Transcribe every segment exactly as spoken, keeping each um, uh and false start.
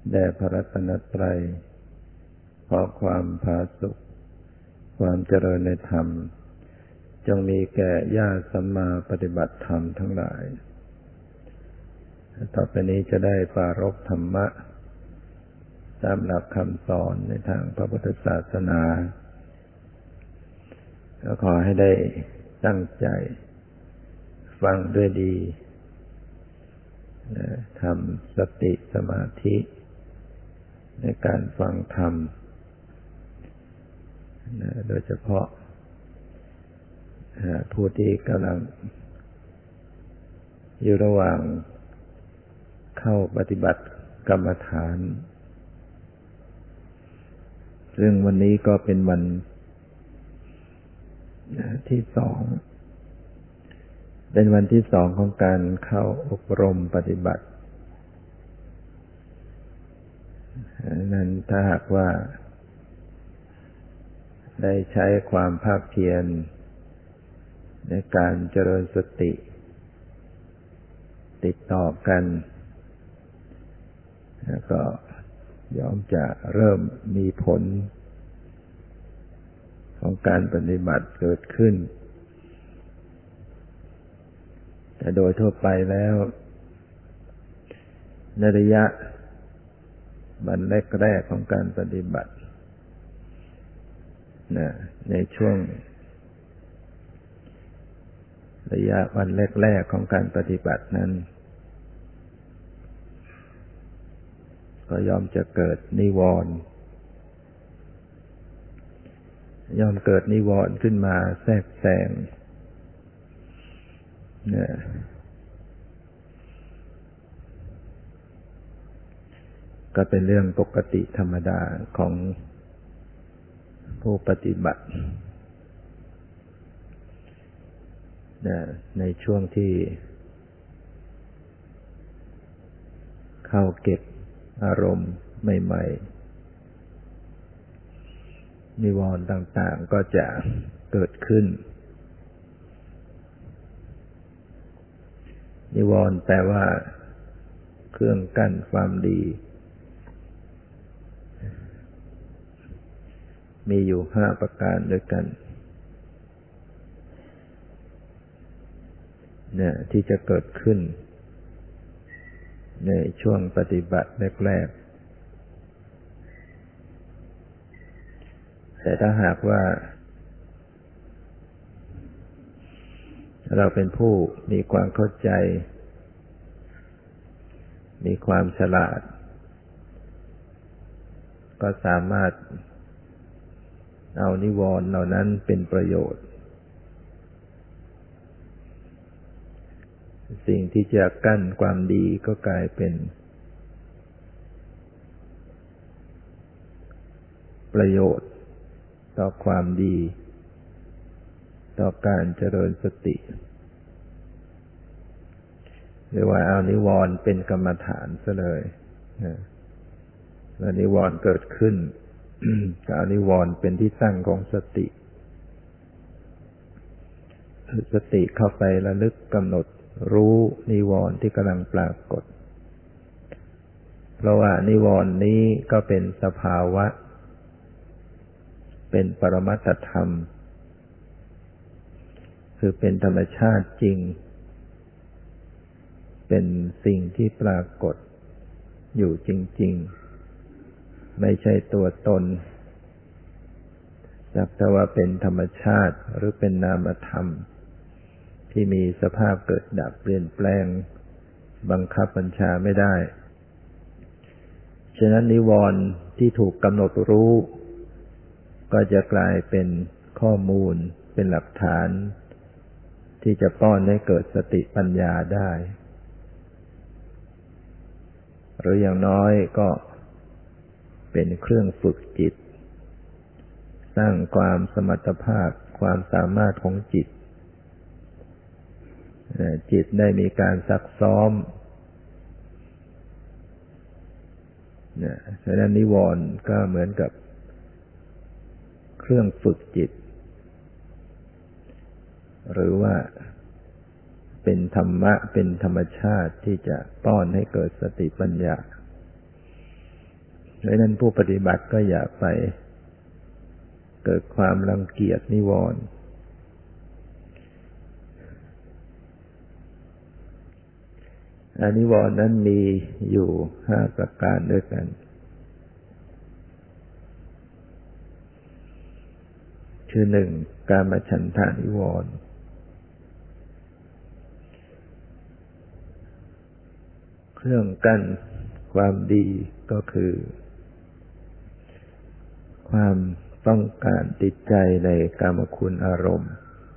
แด่พระรัตนตรัยขอความผาสุกความเจริญในธรรมจงมีแก่ญาติสัมมาปฏิบัติธรรมทั้งหลายต่อไปนี้จะได้ปรารภธรรมะตามหลักคำสอนในทางพระพุทธศาสนาก็ขอให้ได้ตั้งใจฟังด้วยดีทำสติสมาธิในการฟังธรรมโดยเฉพาะผู้ที่กำลังอยู่ระหว่างเข้าปฏิบัติกรรมฐานซึ่งวันนี้ก็เป็นวันที่สองเป็นวันที่สองของการเข้าอบรมปฏิบัตินั้นถ้าหากว่าได้ใช้ความภาคเพียรในการเจริญสติติดต่อกันแล้วก็ย่อมจะเริ่มมีผลของการปฏิบัติเกิดขึ้นแต่โดยทั่วไปแล้วในระยะวันแรกๆของการปฏิบัตินะในช่วงระยะวันแรกๆของการปฏิบัตินั้นก็ย่อมจะเกิดนิวรณ์ย่อมเกิดนิวรณ์ขึ้นมาแทรกแซงเนี่ยก็เป็นเรื่องปกติธรรมดาของผู้ปฏิบัติเนี่ยในช่วงที่เข้าเก็บอารมณ์ใหม่ๆนิวรณ์ต่างๆก็จะเกิดขึ้นนิวรณ์แปลว่าเครื่องกั้นความดีมีอยู่ห้าประการด้วยกันเนี่ยที่จะเกิดขึ้นในช่วงปฏิบัติแรกๆแต่ถ้าหากว่าเราเป็นผู้มีความเข้าใจมีความฉลาดก็สามารถเอานิวรณ์เหล่านั้นเป็นประโยชน์สิ่งที่จะกั้นความดีก็กลายเป็นประโยชน์ต่อความดีต่อการเจริญสติเรียกว่าเอานิวรณ์เป็นกรรมฐานซะเลยแล้วนิวรณ์เกิดขึ้นก็เอานิวรณ์เป็นที่ตั้งของสติสติเข้าไประลึกกำหนดรู้นิวรณ์ที่กำลังปรากฏเพราะว่านิวรณ์นี้ก็เป็นสภาวะเป็นปรมัตถธรรมคือเป็นธรรมชาติจริงเป็นสิ่งที่ปรากฏอยู่จริงๆไม่ใช่ตัวตนสักแต่ว่าเป็นธรรมชาติหรือเป็นนามธรรมที่มีสภาพเกิดดับเปลี่ยนแปลงบังคับบัญชาไม่ได้ฉะนั้นนิวรณ์ที่ถูกกำหนดรู้ก็จะกลายเป็นข้อมูลเป็นหลักฐานที่จะป้อนให้เกิดสติปัญญาได้หรืออย่างน้อยก็เป็นเครื่องฝึกจิตสร้างความสมรรถภาพความสามารถของจิตจิตได้มีการซักซ้อมเนี่ยฉะนั้นนิวรณ์ก็เหมือนกับเครื่องฝึกจิตหรือว่าเป็นธรรมะเป็นธรรมชาติที่จะป้อนให้เกิดสติปัญญาดังนั้นผู้ปฏิบัติก็อย่าไปเกิดความรังเกียจนิวรณ์อนิวรณ์นั้นมีอยู่ห้าประการด้วยกันคือหนึ่งกามฉันทานิวรณ์เครื่องกั้นความดีก็คือความต้องการติดใจในกามคุณอารมณ์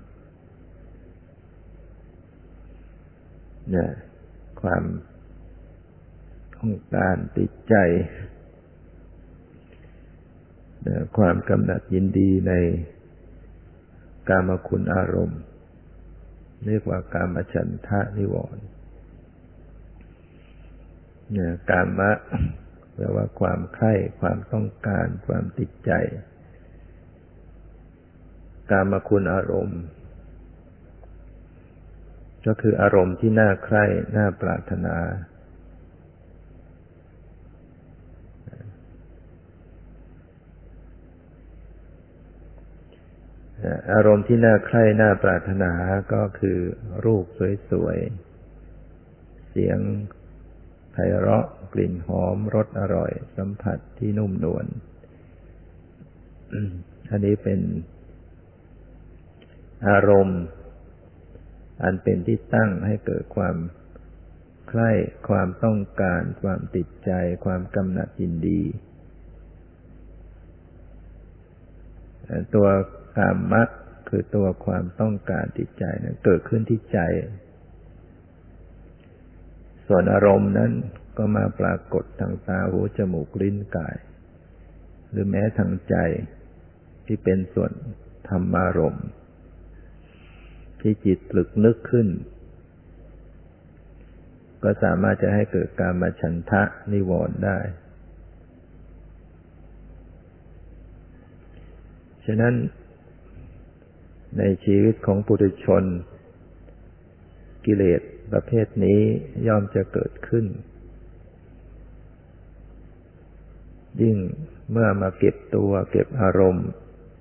เนี่ยความต้องการติดใจเนี่ยความกำหนัดยินดีในกามคุณอารมณ์เรียกว่ากามฉันทะนิวรณ์เนี่ยกามะแปลว่าความใคร่ความต้องการความติดใจกามคุณอารมณ์ก็คืออารมณ์ที่น่าใคร่น่าปรารถนาอารมณ์ที่น่าใคร่น่าปรารถนาก็คือรูปสวยๆเสียงไพเราะกลิ่นหอมรสอร่อยสัมผัสที่นุ่มนวลอันนี้เป็นอารมณ์อันเป็นที่ตั้งให้เกิดความใคร่ความต้องการความติดใจความกำหนัดยินดีตัวกามะคือตัวความต้องการติดใจนั้นเกิดขึ้นที่ใจส่วนอารมณ์นั้นก็มาปรากฏทางตาหูจมูกลิ้นกายหรือแม้ทางใจที่เป็นส่วนธรรมารมณ์ที่จิตตรึกนึกขึ้นก็สามารถจะให้เกิดกามฉันทะนิวรณ์ได้ฉะนั้นในชีวิตของปุถุชนกิเลสประเภทนี้ย่อมจะเกิดขึ้นยิ่งเมื่อมาเก็บตัวเก็บอารมณ์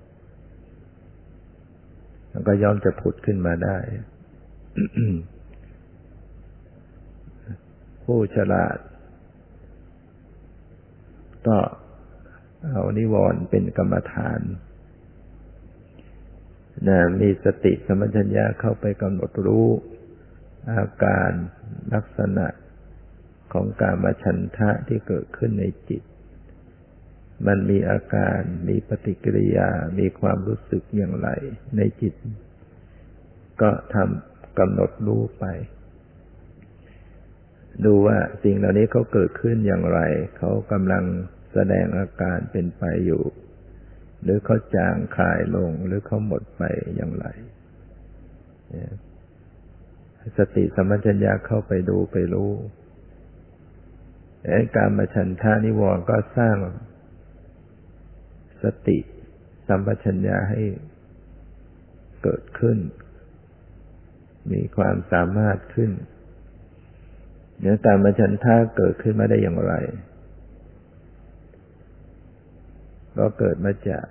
มันก็ย่อมจะผุดขึ้นมาได้ ผู้ฉลาดก็เอานิวรณ์เป็นกรรมฐานนะมีสติสัมปชัญญะเข้าไปกำหนดรู้อาการลักษณะของกามฉันทะที่เกิดขึ้นในจิตมันมีอาการมีปฏิกิริยามีความรู้สึกอย่างไรในจิตก็ทำกำหนดรู้ไปดูว่าสิ่งเหล่านี้เขาเกิดขึ้นอย่างไรเขากำลังแสดงอาการเป็นไปอยู่หรือเขาจางคลายลงหรือเขาหมดไปอย่างไรสติสัมปชัญญะเข้าไปดูไปรู้แต่การมาฉันทานิวรณ์ก็สร้างสติสัมปชัญญะให้เกิดขึ้นมีความสามารถขึ้นเนื้อการมาฉันทะเกิดขึ้นมาได้อย่างไรก็เกิดมาจาก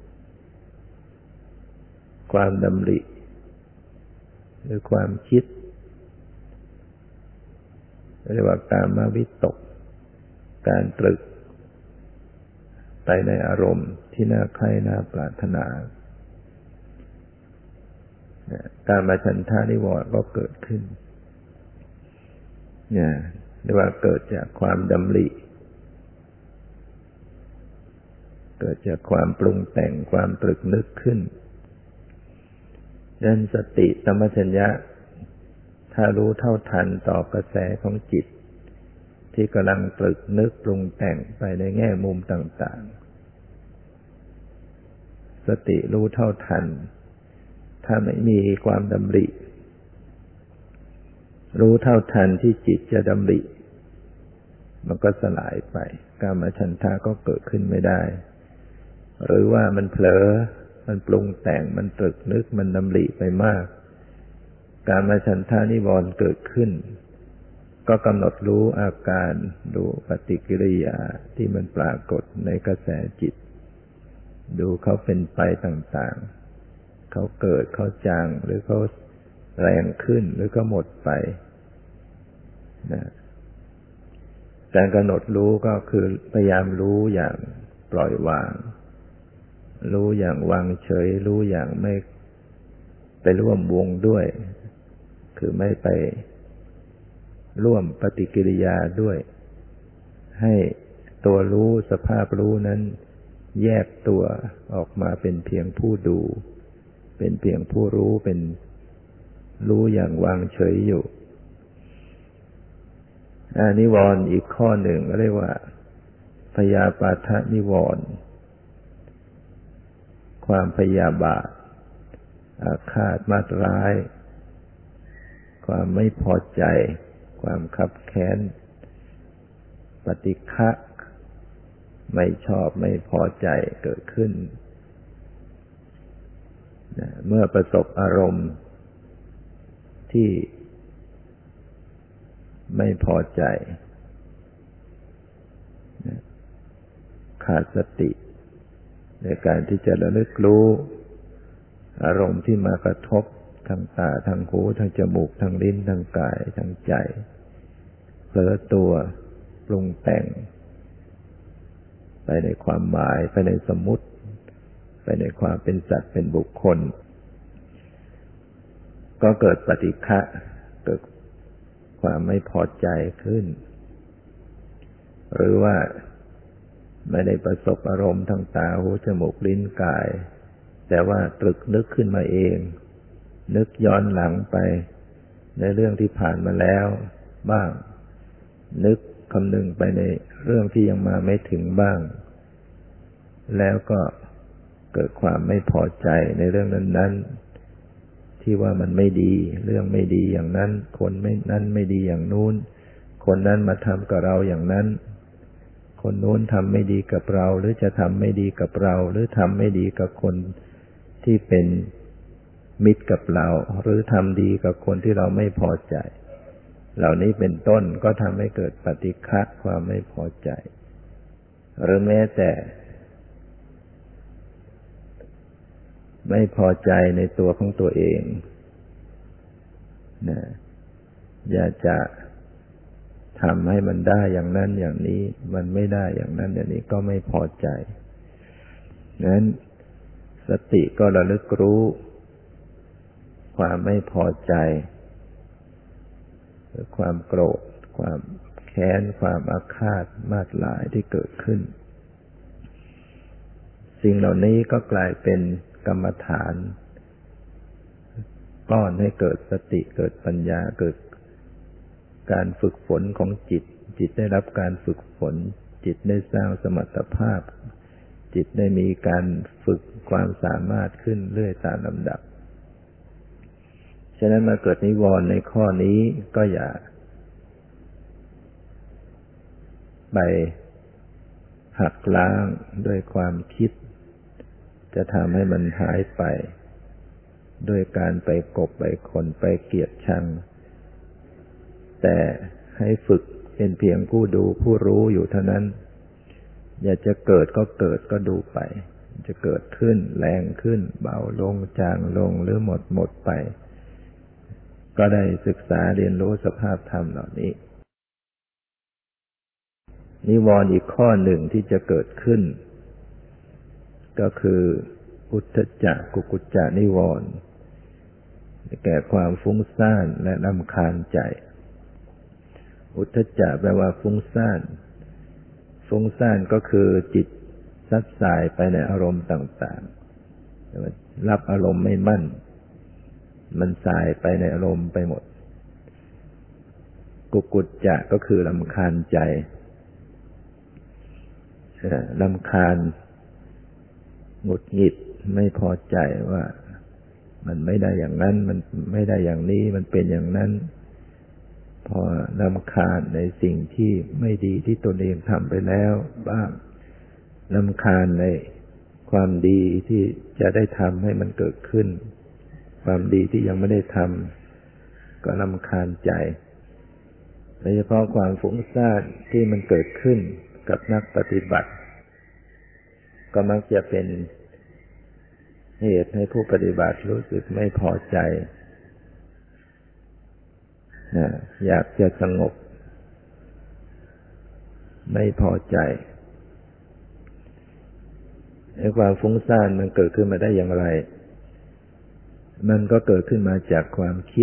ความดำริหรือความคิดเรียกว่ากามวิตกการตรึกไปในอารมณ์ที่น่าใคร่น่าปรารถนาการมาฉันทานิวรณ์ก็เกิดขึ้นเนี่ยเรียกว่าเกิดจากความดำริเกิดจากความปรุงแต่งความตรึกนึกขึ้นดังนั้นสติสัมปชัญญะถ้ารู้เท่าทันต่อกระแสของจิตที่กำลังตรึกนึกปรุงแต่งไปในแง่มุมต่างๆสติรู้เท่าทันถ้าไม่มีความดำริรู้เท่าทันที่จิตจะดำริมันก็สลายไปกามฉันทะก็เกิดขึ้นไม่ได้หรือว่ามันเผลอมันปรุงแต่งมันตรึกนึกมันดำริไปมากกามฉันทะนิวรณ์เกิดขึ้นก็กำหนดรู้อาการดูปฏิกิริยาที่มันปรากฏในกระแสจิตดูเขาเป็นไปต่างๆเขาเกิดเขาจางหรือเขาแรงขึ้นหรือเขาหมดไปนะการกำหนดรู้ก็คือพยายามรู้อย่างปล่อยวางรู้อย่างวางเฉยรู้อย่างไม่ไปร่วมวงด้วยคือไม่ไปร่วมปฏิกิริยาด้วยให้ตัวรู้สภาพรู้นั้นแยกตัวออกมาเป็นเพียงผู้ดูเป็นเพียงผู้รู้เป็นรู้อย่างวางเฉยอยู่อานิวรณ์อีกข้อหนึ่งเรียกว่าพยาปาทนิวรณ์ความพยาบาทอาฆาตมาตร้ายความไม่พอใจความคับแค้นปฏิฆะไม่ชอบไม่พอใจเกิดขึ้นเมื่อประสบอารมณ์ที่ไม่พอใจขาดสติในการที่จะระลึกรู้อารมณ์ที่มากระทบทางตาทางหูทางจมูกทางลิ้นทางกายทางใจเผลอตัวปรุงแต่งไปในความหมายไปในสมมุติไปในความเป็นสัตว์เป็นบุคคลก็เกิดปฏิฆะเกิดความไม่พอใจขึ้นหรือว่าไม่ได้ประสบอารมณ์ทางตาหูจมูกลิ้นกายแต่ว่าตรึกนึกขึ้นมาเองนึกย้อนหลังไปในเรื่องที่ผ่านมาแล้วบ้างนึกคำนึงไปในเรื่องที่ยังมาไม่ถึงบ้างแล้วก็เกิดความไม่พอใจในเรื่องนั้นๆที่ว่ามันไม่ดีเรื่องไม่ดีอย่างนั้นคนไม่นั้นไม่ดีอย่างนู้นคนนั้นมาทำกับเราอย่างนั้นคนนู้นทำไม่ดีกับเราหรือจะทำไม่ดีกับเราหรือทำไม่ดีกับคนที่เป็นมิตรกับเราหรือทำดีกับคนที่เราไม่พอใจเหล่านี้เป็นต้นก็ทำให้เกิดปฏิฆะความไม่พอใจหรือแม้แต่ไม่พอใจในตัวของตัวเองนะอยากจะทำให้มันได้อย่างนั้นอย่างนี้มันไม่ได้อย่างนั้นอย่างนี้ก็ไม่พอใจนั้นสติก็ระลึกรู้ความไม่พอใจหรือความโกรธความแค้นความอาฆาตมาดหลายที่เกิดขึ้นสิ่งเหล่านี้ก็กลายเป็นกรรมฐานป้อนให้เกิดสติเกิดปัญญาเกิดการฝึกฝนของจิตจิตได้รับการฝึกฝนจิตได้สร้างสมรรถภาพจิตได้มีการฝึกความสามารถขึ้นเรื่อยตามลำดับฉะนั้นมาเกิดนิวรณ์ในข้อนี้ก็อย่าไปหักล้างด้วยความคิดจะทำให้มันหายไปด้วยการไปกบไปข่นไปเกลียดชังแต่ให้ฝึกเป็นเพียงผู้ดูผู้รู้อยู่เท่านั้นอยากจะเกิดก็เกิดก็ดูไปจะเกิดขึ้นแรงขึ้นเบาลงจางลงหรือหมดหมดไปก็ได้ศึกษาเรียนรู้สภาพธรรมเหล่านี้นิวรณ์อีกข้อหนึ่งที่จะเกิดขึ้นก็คืออุทธัจจะกุกุจจะนิวรณ์แก่ความฟุ้งซ่านและรำคาญใจอุทธัจจะแปลว่าฟุ้งซ่านฟุ้งซ่านก็คือจิตซัดสายไปในอารมณ์ต่างๆรับอารมณ์ไม่มั่นมันสายไปในอารมณ์ไปหมดกุกุจจะก็คือรำคาญใจรำคาญหงุดหงิดไม่พอใจว่ามันไม่ได้อย่างนั้นมันไม่ได้อย่างนี้มันเป็นอย่างนั้นพอรำคาญในสิ่งที่ไม่ดีที่ตนเองทำไปแล้วบ้างรำคาญในความดีที่จะได้ทำให้มันเกิดขึ้นความดีที่ยังไม่ได้ทำก็รำคาญใจโดยเฉพาะความฟุ้งซ่านที่มันเกิดขึ้นกับนักปฏิบัติก็มักจะเป็นเหตุให้ผู้ปฏิบัติรู้สึกไม่พอใจนะอยากจะสงบไม่พอใจไอ้ความฟุ้งซ่านมันเกิดขึ้นมาได้อย่างไรมันก็เกิดขึ้นมาจากความคิด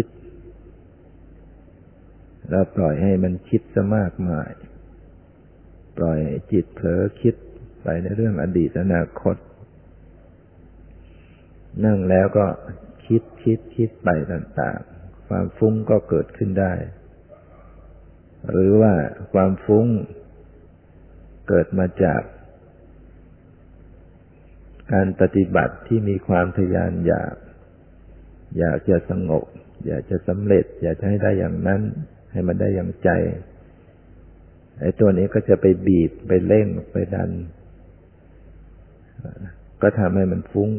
แล้วปล่อยให้มันคิดซะมากมายปล่อยให้จิตเผลอคิดไปในเรื่องอดีตอนาคตนั่งแล้วก็คิดคิดคิดไปต่างๆความฟุ้งก็เกิดขึ้นได้หรือว่าความฟุ้งเกิดมาจากการปฏิบัติที่มีความทะยานอยากอยากจะสงบอยากจะสำเร็จอยากจะให้ได้อย่างนั้นให้มันได้อย่างใจไอ้ตัวนี้ก็จะไปบีบไปเร่งไปดันก็ทำให้มันฟุ้ง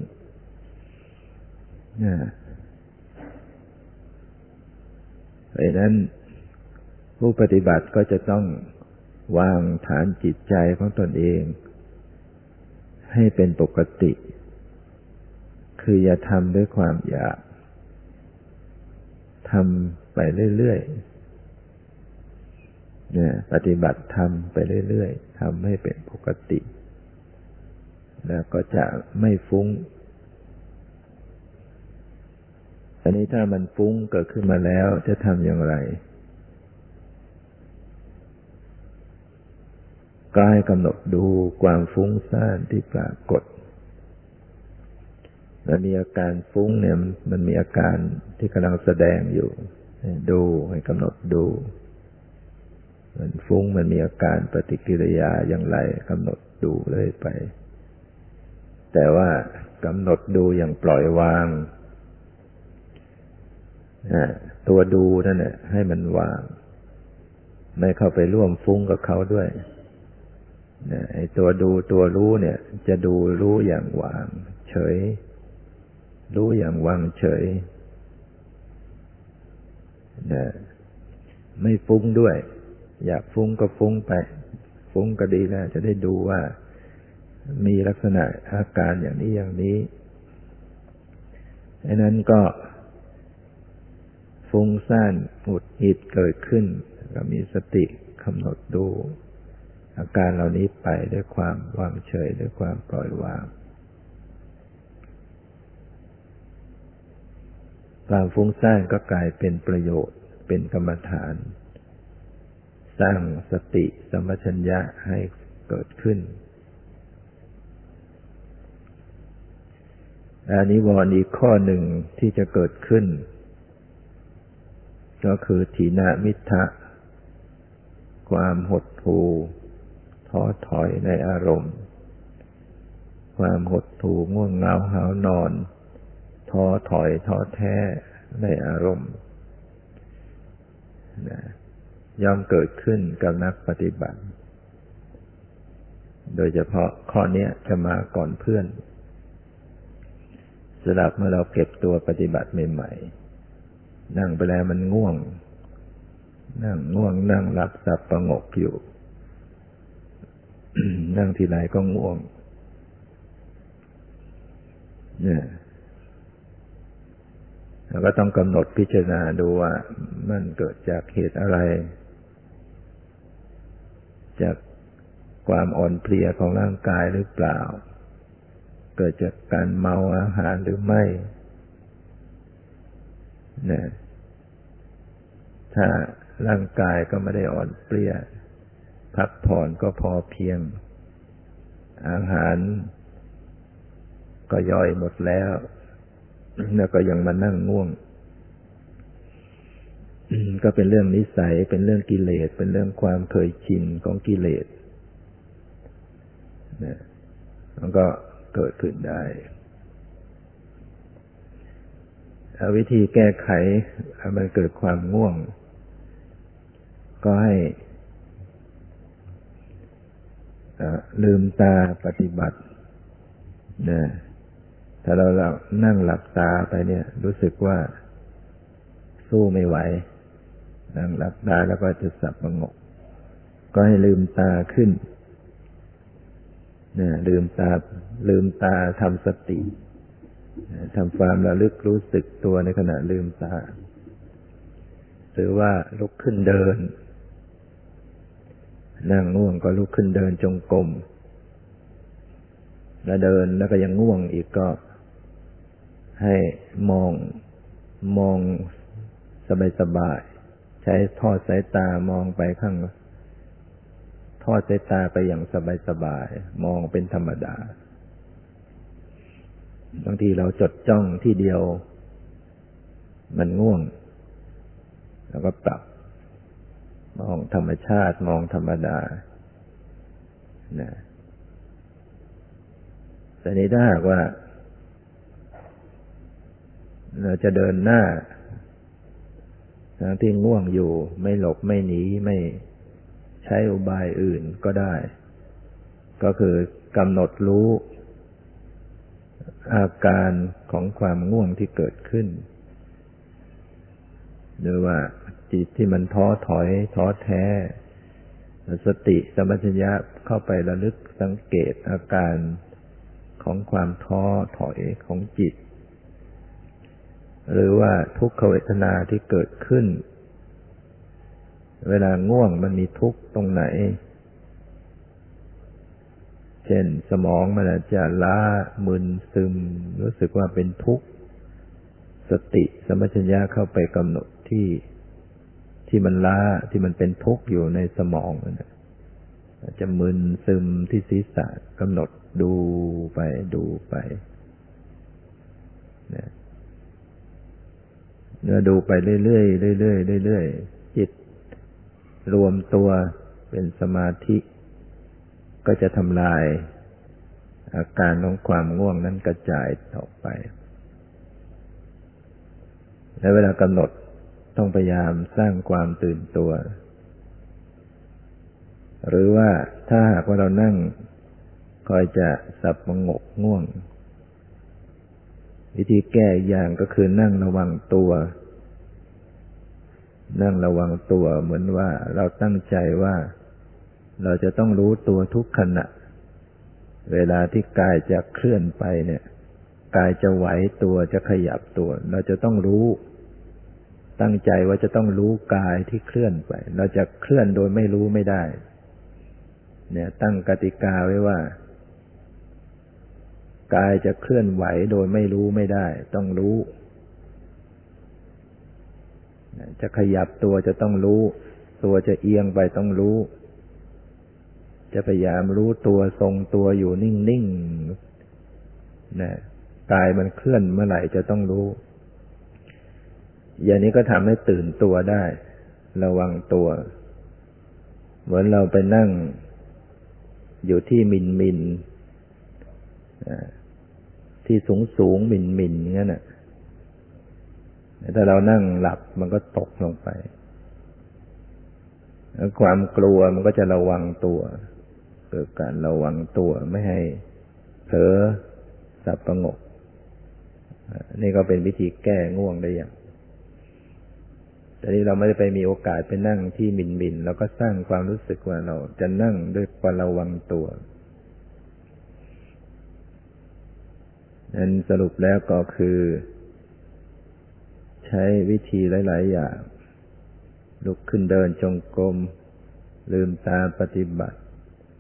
เพราะฉะนั้นผู้ปฏิบัติก็จะต้องวางฐานจิตใจของตนเองให้เป็นปกติคืออย่าทำด้วยความอยากทำไปเรื่อยๆเนี่ยปฏิบัติทำไปเรื่อยๆทำให้เป็นปกติแล้วก็จะไม่ฟุ้งอันนี้ถ้ามันฟุ้งเกิดขึ้นมาแล้วจะทำอย่างไรก็ให้กำหนดดูความฟุ้งซ่านที่ปรากฏมันมีอาการฟุ้งเนี่ยมันมีอาการที่กำลังแสดงอยู่ให้ดูให้กำหนดดูมันฟุ้งมันมีอาการปฏิกิริยาอย่างไรกำหนดดูเลยไปแต่ว่ากำหนดดูอย่างปล่อยวางตัวดูนั่นแหละให้มันวางไม่เข้าไปร่วมฟุ้งกับเขาด้วยไอ้ตัวดูตัวรู้เนี่ยจะดูรู้อย่างวางเฉยรู้อย่างวางเฉยนะไม่ฟุ้งด้วยอยากฟุ้งก็ฟุ้งไปฟุ้งก็ดีแล้วจะได้ดูว่ามีลักษณะอาการอย่างนี้อย่างนี้ไอ้นั้นก็ฟุ้งซ่านหงุดหงิดเกิดขึ้นก็มีสติกำหนดดูอาการเหล่านี้ไปด้วยความวางเฉยด้วยความปล่อยวางความฟุ้งซ่านก็กลายเป็นประโยชน์เป็นกรรมฐานสร้างสติสัมปชัญญะให้เกิดขึ้นอานิวรณ์อีกข้อหนึ่งที่จะเกิดขึ้นก็คือถีนมิทธะความหดหู่ท้อถอยในอารมณ์ความหดหู่ง่วงเหงาหาวนอนท้อถอยท้อแท้ในอารมณ์ย่อมเกิดขึ้นกับนักปฏิบัติโดยเฉพาะข้อนี้จะมาก่อนเพื่อนสำหรับเมื่อเราเก็บตัวปฏิบัติใหม่ๆนั่งไปแล้วมันง่วงนั่งง่วงนั่งหลับสับประงกอยู่ นั่งทีไรก็ง่วงเนี่ยเราก็ต้องกำหนดพิจารณาดูว่ามันเกิดจากเหตุอะไรจากความอ่อนเพลียของร่างกายหรือเปล่าเกิดจากการเมาอาหารหรือไม่เนี่ยถ้าร่างกายก็ไม่ได้อ่อนเพลียพักผ่อนก็พอเพียงอาหารก็ย่อยหมดแล้วแล้วก็ยังมานั่งง่วงก็เป็นเรื่องนิสัยเป็นเรื่องกิเลสเป็นเรื่องความเคยชินของกิเลสนะมันก็เกิดขึ้นได้วิธีแก้ไขให้มันเกิดความง่วงก็ให้ลืมตาปฏิบัตินะถ้าเรานั่งหลับตาไปเนี่ยรู้สึกว่าสู้ไม่ไหวนั่งหลับตาแล้วก็จะสับประงกก็ให้ลืมตาขึ้นนะลืมตาลืมตาทำสติทำความระลึกรู้สึกตัวในขณะลืมตาหรือว่าลุกขึ้นเดินนั่งง่วงก็ลุกขึ้นเดินจงกรมแล้วเดินแล้วก็ยังง่วงอีกก็ให้มองมองสบายๆใช้ทอดสายตามองไปข้างทอดสายตาไปอย่างสบายๆมองเป็นธรรมดาบางทีเราจดจ้องที่เดียวมันง่วงแล้วก็ปรับมองธรรมชาติมองธรรมดานะแต่นี้ถ้าหากว่าเราจะเดินหน้าทั้งที่ง่วงอยู่ไม่หลบไม่หนีไม่ใช้อุบายอื่นก็ได้ก็คือกำหนดรู้อาการของความง่วงที่เกิดขึ้นหรือว่าจิตที่มันท้อถอยท้อแท้สติสัมปชัญญะเข้าไประลึกสังเกตอาการของความท้อถอยของจิตหรือว่าทุกขเวทนาที่เกิดขึ้นเวลาง่วงมันมีทุกข์ตรงไหนเช่นสมองมันอาจจะล้ามึนซึมรู้สึกว่าเป็นทุกข์สติสัมปชัญญะเข้าไปกำหนดที่ที่มันล้าที่มันเป็นทุกข์อยู่ในสมองนั่นแหละอาจจะมึนซึมที่ศีรษะกำหนดดูไปดูไปเนี่ยเนื้อดูไปเรื่อยๆเรื่อยๆเรื่อยๆจิตรวมตัวเป็นสมาธิก็จะทำลายอาการของความง่วงนั้นกระจายออกไปและเวลากำหนดต้องพยายามสร้างความตื่นตัวหรือว่าถ้าหากว่าเรานั่งคอยจะสับประงกง่วงวิธีแก้อย่างก็คือนั่งระวังตัวนั่งระวังตัวเหมือนว่าเราตั้งใจว่าเราจะต้องรู้ตัวทุกขณะเวลาที่กายจะเคลื่อนไปเนี่ยกายจะไหวตัวจะขยับตัวเราจะต้องรู้ตั้งใจว่าจะต้องรู้กายที่เคลื่อนไปเราจะเคลื่อนโดยไม่รู้ไม่ได้เนี่ยตั้งกติกาไว้ว่ากายจะเคลื่อนไหวโดยไม่รู้ไม่ได้ต้องรู้จะขยับตัวจะต้องรู้ตัวจะเอียงไปต้องรู้จะพยายามรู้ตัวทรงตัวอยู่นิ่งๆนะกายมันเคลื่อนเมื่อไหร่จะต้องรู้อย่างนี้ก็ทำให้ตื่นตัวได้ระวังตัวเหมือนเราไปนั่งอยู่ที่มินมินที่สูงสูงมินมินอย่างนั้นน่ะถ้าเรานั่งหลับมันก็ตกลงไปแล้วความกลัวมันก็จะระวังตัวเกิดการระวังตัวไม่ให้เผลอสับประงกนี่ก็เป็นวิธีแก้ง่วงได้อย่างแต่นี้เราไม่ได้ไปมีโอกาสไปนั่งที่มินมินเราก็สร้างความรู้สึกว่าเราจะนั่งด้วยความระวังตัวนั้นสรุปแล้วก็คือใช้วิธีหลายๆอย่างลุกขึ้นเดินจงกรมลืมตาปฏิบัติ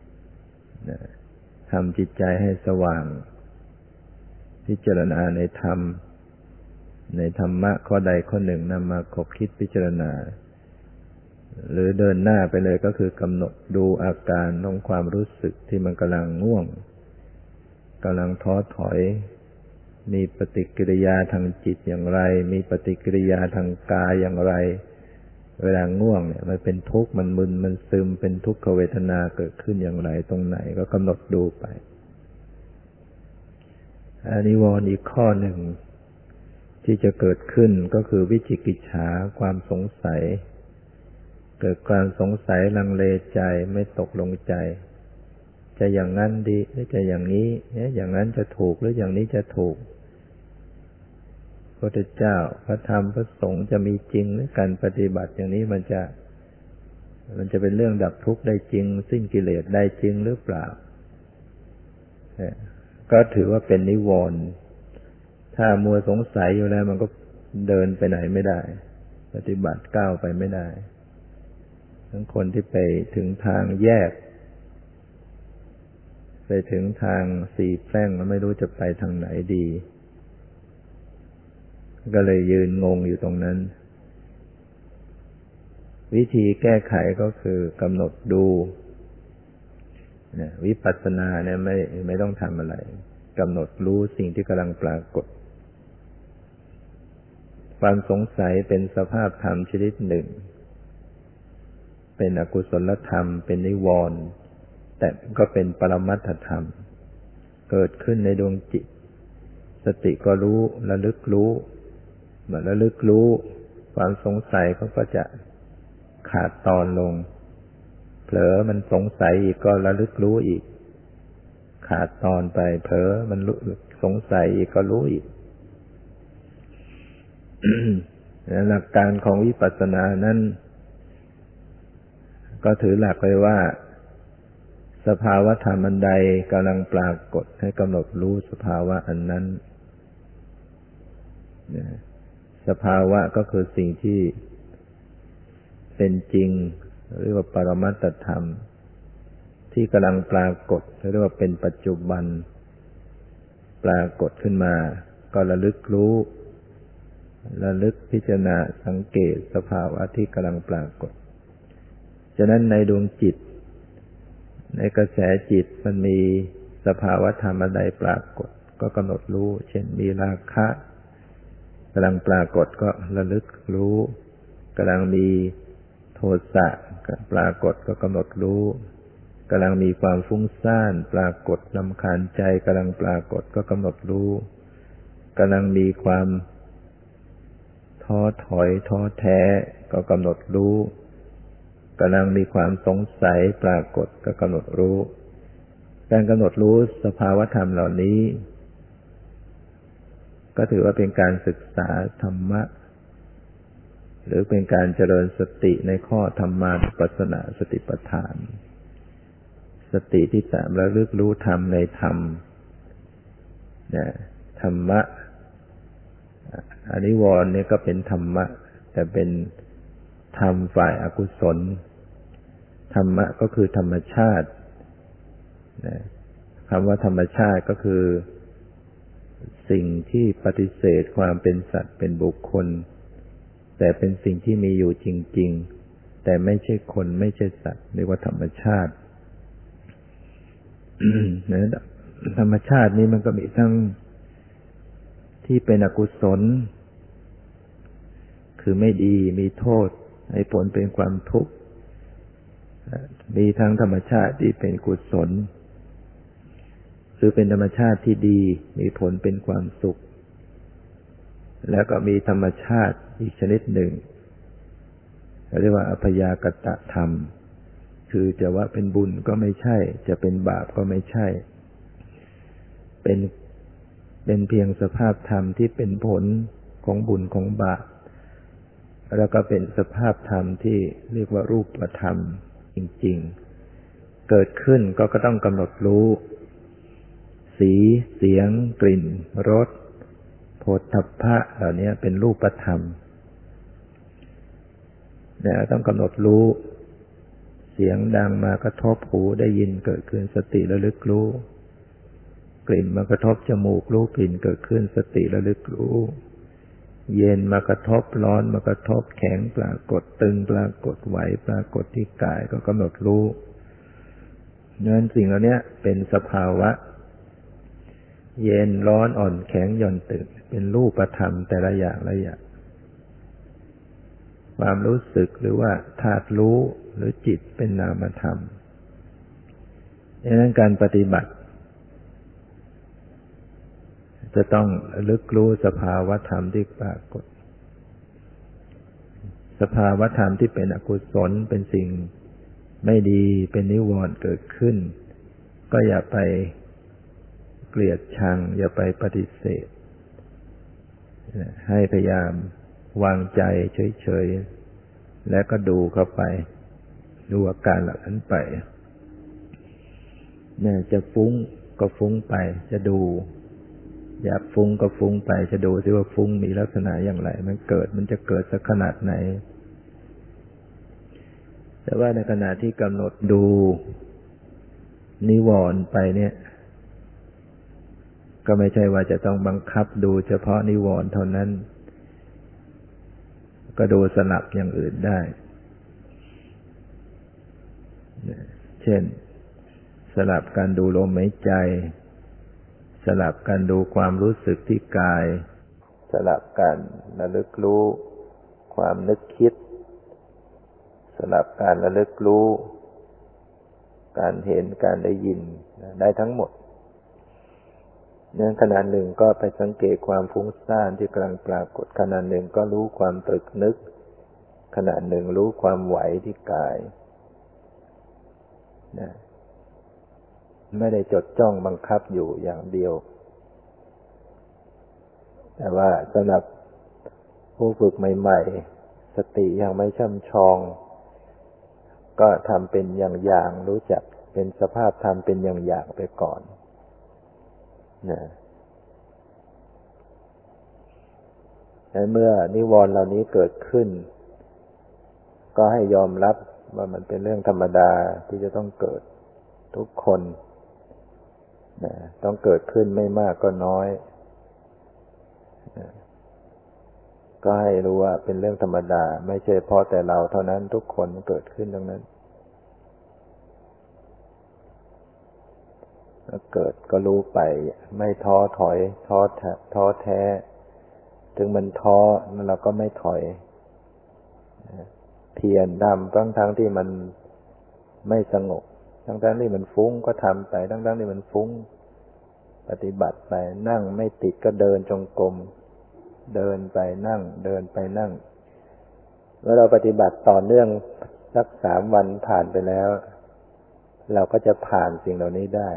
ทำจิตใจให้สว่างพิจารณาในธรรมในธรรมะข้อใดข้อหนึ่งนำมาคบคิดพิจารณาหรือเดินหน้าไปเลยก็คือกำหนดดูอาการของความรู้สึกที่มันกำลังง่วงกำลังท้อถอยมีปฏิกิริยาทางจิตอย่างไรมีปฏิกิริยาทางกายอย่างไรเวลาง่วงเนี่ยมันเป็นทุกข์มันมึนมันซึมเป็นทุกขเวทนาเกิดขึ้นอย่างไรตรงไหนก็กำหนดดูไปอานิวรณ์อีกข้อหนึ่งที่จะเกิดขึ้นก็คือวิจิกิจฉาความสงสัยเกิดความสงสัยลังเลใจไม่ตกลงใจจะอย่างนั้นดีหรือจะอย่างนี้เนี่ยอย่างนั้นจะถูกหรืออย่างนี้จะถูกพระพุทธเจ้าพระธรรมพระสงฆ์จะมีจริงหรือการปฏิบัติอย่างนี้มันจะมันจะเป็นเรื่องดับทุกข์ได้จริงสิ้นกิเลสได้จริงหรือเปล่าก็ถือว่าเป็นนิวรณ์ถ้ามัวสงสัยอยู่แล้วมันก็เดินไปไหนไม่ได้ปฏิบัติก้าวไปไม่ได้ทั้งคนที่ไปถึงทางแยกไปถึงทางสี่แพร่งแล้วไม่รู้จะไปทางไหนดีก็เลยยืนงงอยู่ตรงนั้นวิธีแก้ไขก็คือกำหนดดูนะวิปัสสนาเนี่ยไม่ไม่ต้องทำอะไรกำหนดรู้สิ่งที่กำลังปรากฏความสงสัยเป็นสภาพธรรมชนิดหนึ่งเป็นอกุศลธรรมเป็นนิวรณ์แต่ก็เป็นปรมัตถธรรมเกิดขึ้นในดวงจิตสติก็รู้ระลึกรู้เมื่อระลึกรู้ความสงสัยเขาก็จะขาดตอนลงเผลอมันสงสัยอีกก็ระลึกรู้อีกขาดตอนไปเผลอมันสงสัยอีกก็รู้อีก หลักการของวิปัสสนานั้นก็ถือหลักไว้ว่าสภาวะธรรมอันใดกำลังปรากฏให้กำหนดรู้สภาวะอันนั้นสภาวะก็คือสิ่งที่เป็นจริงเรียกว่าปรมัตถธรรมที่กำลังปรากฏเรียกว่าเป็นปัจจุบันปรากฏขึ้นมาก็ระลึกรู้ระลึกพิจารณาสังเกตสภาวะที่กำลังปรากฏฉะนั้นในดวงจิตในกระแสจิตมันมีสภาวะธรรมใดปรากฏก็กำหนดรู้เช่นมีราคะกำลังปรากฏก็ระลึกรู้กำลังมีโทสะปรากฏก็กำหนดรู้กำลังมีความฟุ้งซ่านปรากฏรำคาญใจกำลังปรากฏก็กำหนดรู้กำลังมีความท้อถอยท้อแท้ก็กำหนดรู้กำลังมีความสงสัยปรากฏก็กำหนดรู้การกำหนดรู้สภาวธรรมเหล่านี้ก็ถือว่าเป็นการศึกษาธรรมะหรือเป็นการเจริญสติในข้อธรรมานุปัสสนาสติปัฏฐานสติที่ตามระลึกรู้ธรรมในธรรมนะธรรมะอนิวรณ์เนี่ยก็เป็นธรรมะแต่เป็นธรรมฝ่ายอกุศลธรรมะก็คือธรรมชาตินะคำว่าธรรมชาติก็คือสิ่งที่ปฏิเสธความเป็นสัตว์เป็นบุคคลแต่เป็นสิ่งที่มีอยู่จริงๆแต่ไม่ใช่คนไม่ใช่สัตว์เรียกว่าธรรมชาติ นะธรรมชาตินี้มันก็มีทั้งที่เป็นอกุศลคือไม่ดีมีโทษให้ผลเป็นความทุกข์มีทั้งธรรมชาติที่เป็นกุศลคือเป็นธรรมชาติที่ดีมีผลเป็นความสุขแล้วก็มีธรรมชาติอีกชนิดหนึ่งเรียกว่าอัพยากตธรรมคือจะว่าเป็นบุญก็ไม่ใช่จะเป็นบาปก็ไม่ใช่เป็นเป็นเพียงสภาพธรรมที่เป็นผลของบุญของบาปแล้วก็เป็นสภาพธรรมที่เรียกว่ารูปธรรมจริงๆเกิดขึ้นก็ก็ต้องกำหนดรู้สีเสียงกลิ่นรสโผฏฐัพพะเหล่านี้เป็นรูปธรรมเนี่ยต้องกำหนดรู้เสียงดังมากระทบหูได้ยินเกิดขึ้นสติระลึกรู้กลิ่นมากระทบจมูกรู้กลิ่นเกิดขึ้นสติระลึกรู้เย็นมากระทบร้อนมากระทบแข็งปรากฏตึงปรากฏไหวปรากฏที่กายก็กำหนดรู้นั้นสิ่งเหล่านี้เป็นสภาวะเย็นร้อนอ่อนแข็งหย่อนตึงเป็นรูปธรรมแต่ละอย่างละอย่างความรู้สึกหรือว่าธาตุรู้หรือจิตเป็นนามธรรมดังนั้นการปฏิบัติจะต้องระลึกรู้สภาวะธรรมที่ปรากฏสภาวะธรรมที่เป็นอกุศลเป็นสิ่งไม่ดีเป็นนิวรณ์เกิดขึ้นก็อย่าไปเกลียดชังอย่าไปปฏิเสธให้พยายามวางใจเฉยๆและก็ดูเข้าไปดูอาการเหล่านั้นไปเนี่ยจะฟุ้งก็ฟุ้งไปจะดูอยากฟุ้งก็ฟุ้งไปจะดูซิว่าฟุ้งมีลักษณะอย่างไรมันเกิดมันจะเกิดสักขนาดไหนแต่ว่าในขณะที่กำหนดดูนิวรณ์ไปเนี่ยก็ไม่ใช่ว่าจะต้องบังคับดูเฉพาะนิวรณ์เท่านั้นก็ดูสลับอย่างอื่นได้เช่นสลับการดูลมหายใจสลับการดูความรู้สึกที่กายสลับการระลึกรู้ความนึกคิดสลับการระลึกรู้การเห็นการได้ยินได้ทั้งหมดในขณะหนึ่งก็ไปสังเกตความฟุ้งซ่านที่กำลังปรากฏขณะหนึ่งก็รู้ความตรึกนึกขณะหนึ่งรู้ความไหวที่กายนะไม่ได้จดจ้องบังคับอยู่อย่างเดียวแต่ว่าสำหรับผู้ฝึกใหม่ๆสติยังไม่ช่ำชองก็ทำเป็นอย่างๆรู้จักเป็นสภาพธรรมเป็นอย่างๆไปก่อนนะและเมื่อนิวรณ์เหล่านี้เกิดขึ้นก็ให้ยอมรับว่ามันเป็นเรื่องธรรมดาที่จะต้องเกิดทุกคนนะต้องเกิดขึ้นไม่มากก็น้อยนะก็ให้รู้ว่าเป็นเรื่องธรรมดาไม่ใช่เพราะแต่เราเท่านั้นทุกคนเกิดขึ้นทั้งนั้นเกิดก็รู้ไปไม่ท้อถอยท้อแท้ท้อแท้ถึงมันท้อเราก็ไม่ถอยเพียรทำทั้งทั้งที่มันไม่สงบทั้งทั้งที่มันฟุ้งก็ทำไปทั้งทั้งที่มันฟุ้งปฏิบัติไปนั่งไม่ติดก็เดินจงกรมเดินไปนั่งเดินไปนั่งเมื่อเราปฏิบัติต่อเนื่องสักสามวันผ่านไปแล้วเราก็จะผ่านสิ่งเหล่านี้ได้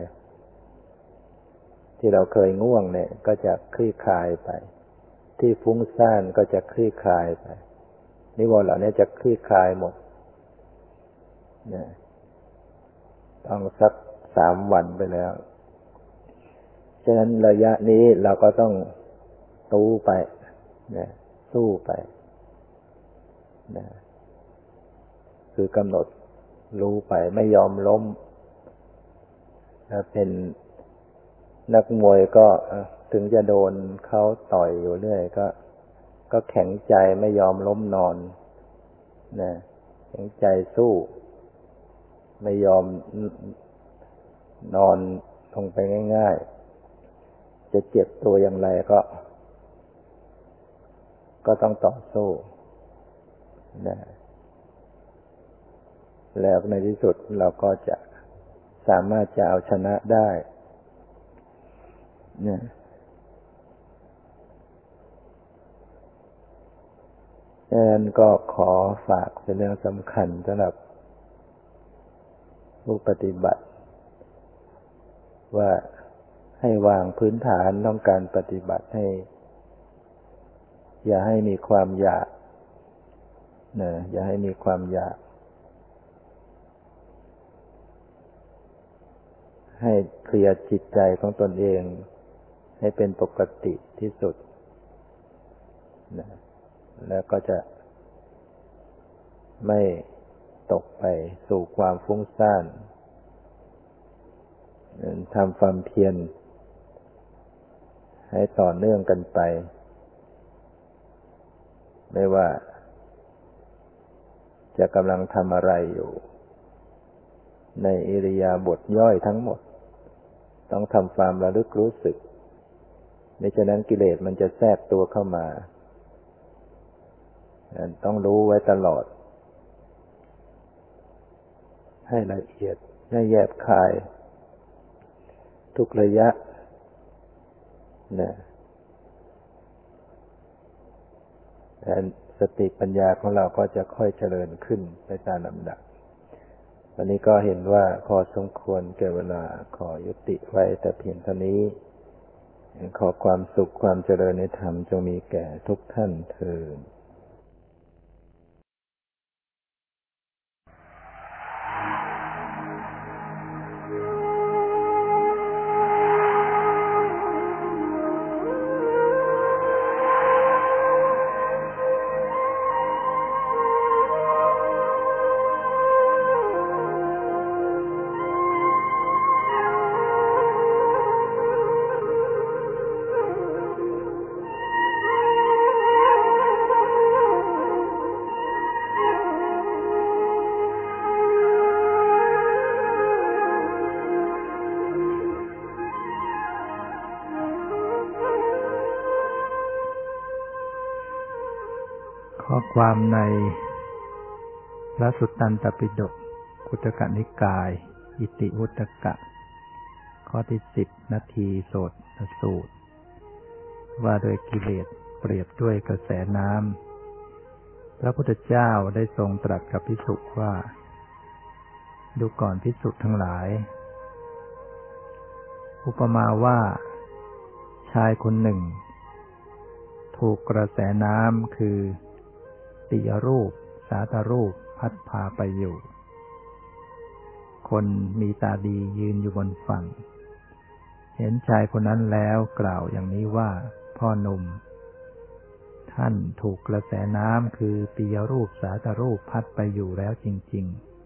ที่เราเคยง่วงเนี่ยก็จะคลี่คลายไปที่ฟุ้งซ่านก็จะคลี่คลายไปนิวรณ์เหล่านี้จะคลี่คลายหมดเนี่ยต้องสักสามวันไปแล้วฉะนั้นระยะนี้เราก็ต้องตู้ไปนะสู้ไปนะคือกำหนดรู้ไปไม่ยอมล้มถ้าเป็นนักมวยก็ถึงจะโดนเขาต่อยอยู่เรื่อยก็ก็แข็งใจไม่ยอมล้มนอนนะแข็งใจสู้ไม่ยอมนอนลงไปง่ายๆจะเจ็บตัวอย่างไรก็ก็ต้องต่อสู้นะแล้วในที่สุดเราก็จะสามารถจะเอาชนะได้เนี่ยดังนั้นก็ขอฝากเป็นเรื่องสำคัญสำหรับผู้ปฏิบัติว่าให้วางพื้นฐานต้องการปฏิบัติให้อย่าให้มีความอยากนะอย่าให้มีความอยากให้เคลียร์จิตใจของตนเองให้เป็นปกติที่สุดนะแล้วก็จะไม่ตกไปสู่ความฟุ้งซ่านทำความเพียรให้ต่อเนื่องกันไปไม่ว่าจะกำลังทำอะไรอยู่ในอิริยาบถย่อยทั้งหมดต้องทำความระลึกรู้สึกไม่ฉะนั้นกิเลสมันจะแทรกตัวเข้ามาต้องรู้ไว้ตลอดให้ละเอียดให้แยบคายทุกระยะนะสติปัญญาของเราก็จะค่อยเจริญขึ้นไปตามลำดับวันนี้ก็เห็นว่าพอสมควรแก่เวลาขอยุติไว้แต่เพียงเท่านี้ขอความสุขความเจริญในธรรมจงมีแก่ทุกท่านเทอญข้อความในพระสุตตันตปิฎกคุตกนิกายอิติวุตกะข้อที่สิบนาทีโสตสูตรว่าโดยกิเลสเปรียบด้วยกระแสน้ำพระพุทธเจ้าได้ทรงตรัสกับภิกษุว่าดูก่อนภิกษุทั้งหลายอุปมาว่าชายคนหนึ่งถูกกระแสน้ำคือติยรูปสาตรูปพัดพาไปอยู่คนมีตาดียืนอยู่บนฝั่งเห็นชายคนนั้นแล้วกล่าวอย่างนี้ว่าพ่อหนุ่มท่านถูกกระแสน้ำคือปิยรูปสาตรูปพัดไปอยู่แล้วจริง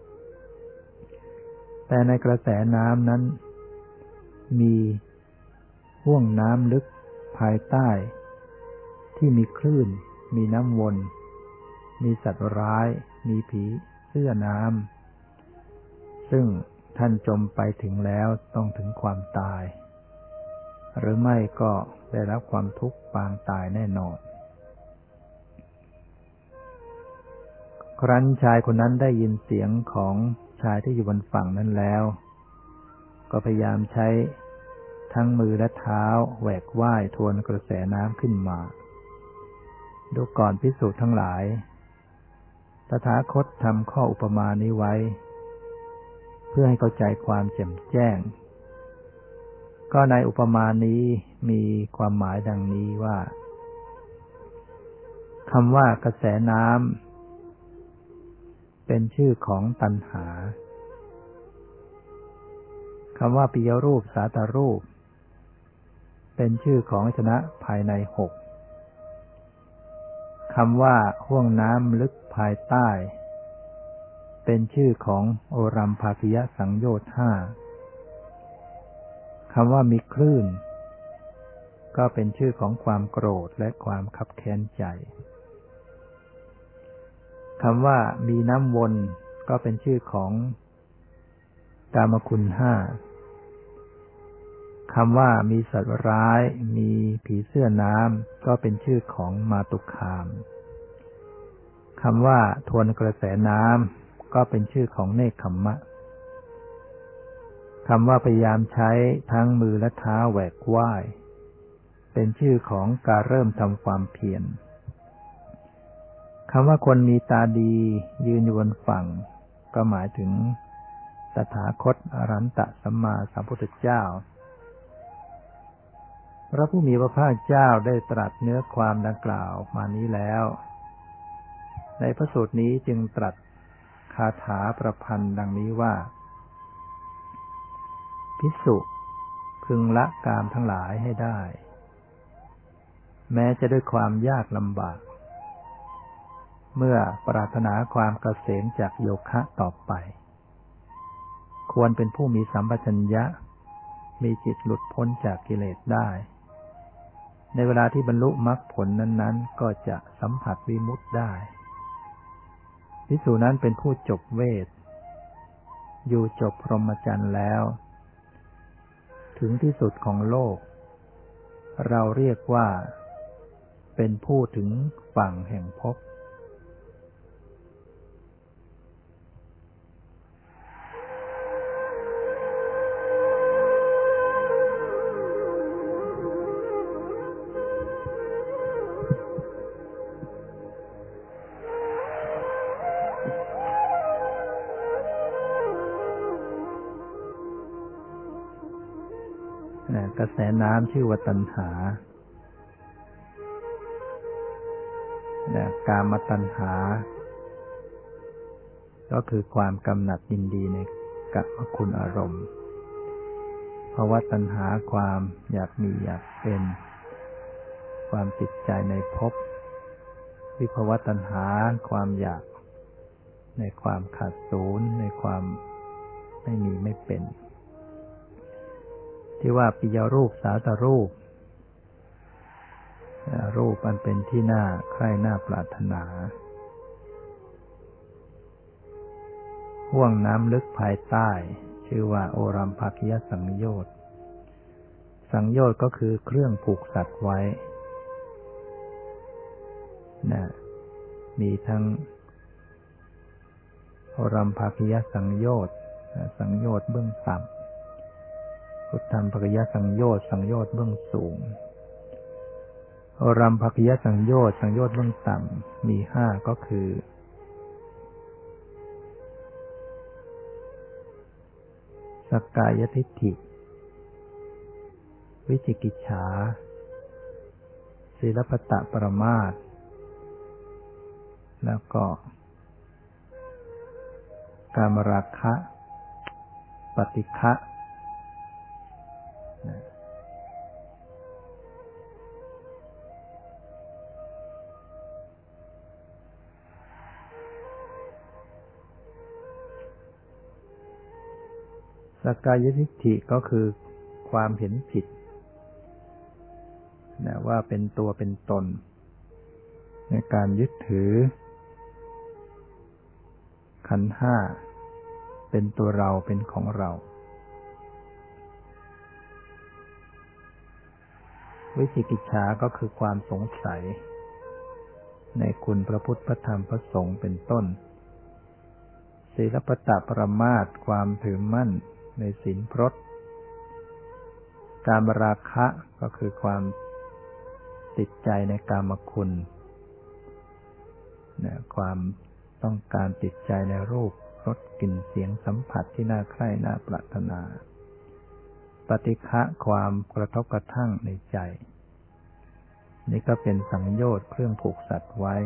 ๆแต่ในกระแสน้ำนั้นมีห้วงน้ำลึกภายใต้ที่มีคลื่นมีน้ำวนมีสัตว์ร้ายมีผีเสื้อน้ำซึ่งท่านจมไปถึงแล้วต้องถึงความตายหรือไม่ก็ได้รับความทุกข์ปางตายแน่นอนครั้นชายคนนั้นได้ยินเสียงของชายที่อยู่บนฝั่งนั้นแล้วก็พยายามใช้ทั้งมือและเท้าแหวกว่ายทวนกระแสน้ำขึ้นมาดูก่อนภิกษุทั้งหลายตถาคตทำข้ออุปมานี้ไว้เพื่อให้เข้าใจความแจ่มแจ้งก็ในอุปมานี้มีความหมายดังนี้ว่าคำว่ากระแสน้ำเป็นชื่อของตัณหาคำว่าปิยรูปสาตรูปเป็นชื่อของอายตนะภายในหกคำว่าห้วงน้ำลึกภายใต้เป็นชื่อของโอรัมภาคิยสังโยชน์ห้าคำว่ามีคลื่นก็เป็นชื่อของความโกรธและความคับแค้นใจคำว่ามีน้ำวนก็เป็นชื่อของกามคุณห้าคำว่ามีสัตว์ร้ายมีผีเสื้อน้ำก็เป็นชื่อของมาตุคามคำว่าทวนกระแสน้ำก็เป็นชื่อของเนคขมมะคำว่าพยายามใช้ทั้งมือและเท้าแหวกว่ายเป็นชื่อของการเริ่มทำความเพียรคำว่าคนมีตาดียืนอยู่บนฝั่งก็หมายถึงตถาคตอรหันตสัมมาสัมพุทธเจ้าพระผู้มีพระภาคเจ้าได้ตรัสเนื้อความดังกล่าวมานี้แล้วในพระสูตรนี้จึงตรัสคาถาประพันธ์ดังนี้ว่าภิกษุพึงละกามทั้งหลายให้ได้แม้จะด้วยความยากลำบากเมื่อปรารถนาความเกษมจากโยคะต่อไปควรเป็นผู้มีสัมปชัญญะมีจิตหลุดพ้นจากกิเลสได้ในเวลาที่บรรลุมรรคผลนั้นๆก็จะสัมผัสวิมุตติได้ภิกษุนั้นเป็นผู้จบเวทอยู่จบพรหมจรรย์แล้วถึงที่สุดของโลกเราเรียกว่าเป็นผู้ถึงฝั่งแห่งภพนะกระแสน้ำชื่อว่าตัณหานะกามตัณหาก็คือความกำหนัดยินดีในกามคุณอารมณ์ภวตัณหาความอยากมีอยากเป็นความติดใจในภพวิภวตัณหาความอยากในความขาดศูนย์ในความไม่มีไม่เป็นที่ว่าปิยรูปสาตรูปรูปอันเป็นที่น่าใคร่น่าปรารถนาห่วงน้ำลึกภายใต้ชื่อว่าโอรัมภคิยสังโยชน์สังโยชน์ก็คือเครื่องผูกสัตว์ไว้นะมีทั้งโอรัมภคิยสังโยชน์สังโยชน์เบื้องต่ำพุทธัมภคิยสังโยชน์สังโยชน์เบื้องสูงโอรัมภคิยสังโยชน์สังโยชน์เบื้องต่ำมีห้าก็คือสักกายทิฏฐิวิจิกิจฉาศีลพัตตปรมาสแล้วก็กามราคะปฏิฆะสักกายทิฏฐิก็คือความเห็นผิดนะว่าเป็นตัวเป็นตนในการยึดถือขันธ์ห้าเป็นตัวเราเป็นของเราวิจิกิจฉาก็คือความสงสัยในคุณพระพุทธพระธรรมพระสงฆ์เป็นต้นศีลพัตตปรมาสความถือมั่นในศีลพรตกามราคะก็คือความติดใจในกามคุณนะความต้องการติดใจในรูปรสกลิ่นเสียงสัมผัสที่น่าใคร่น่าปรารถนาปฏิฆะความกระทบกระทั่งในใจนี่ก็เป็นสังโยชน์เครื่องผูกสัตว์ไว้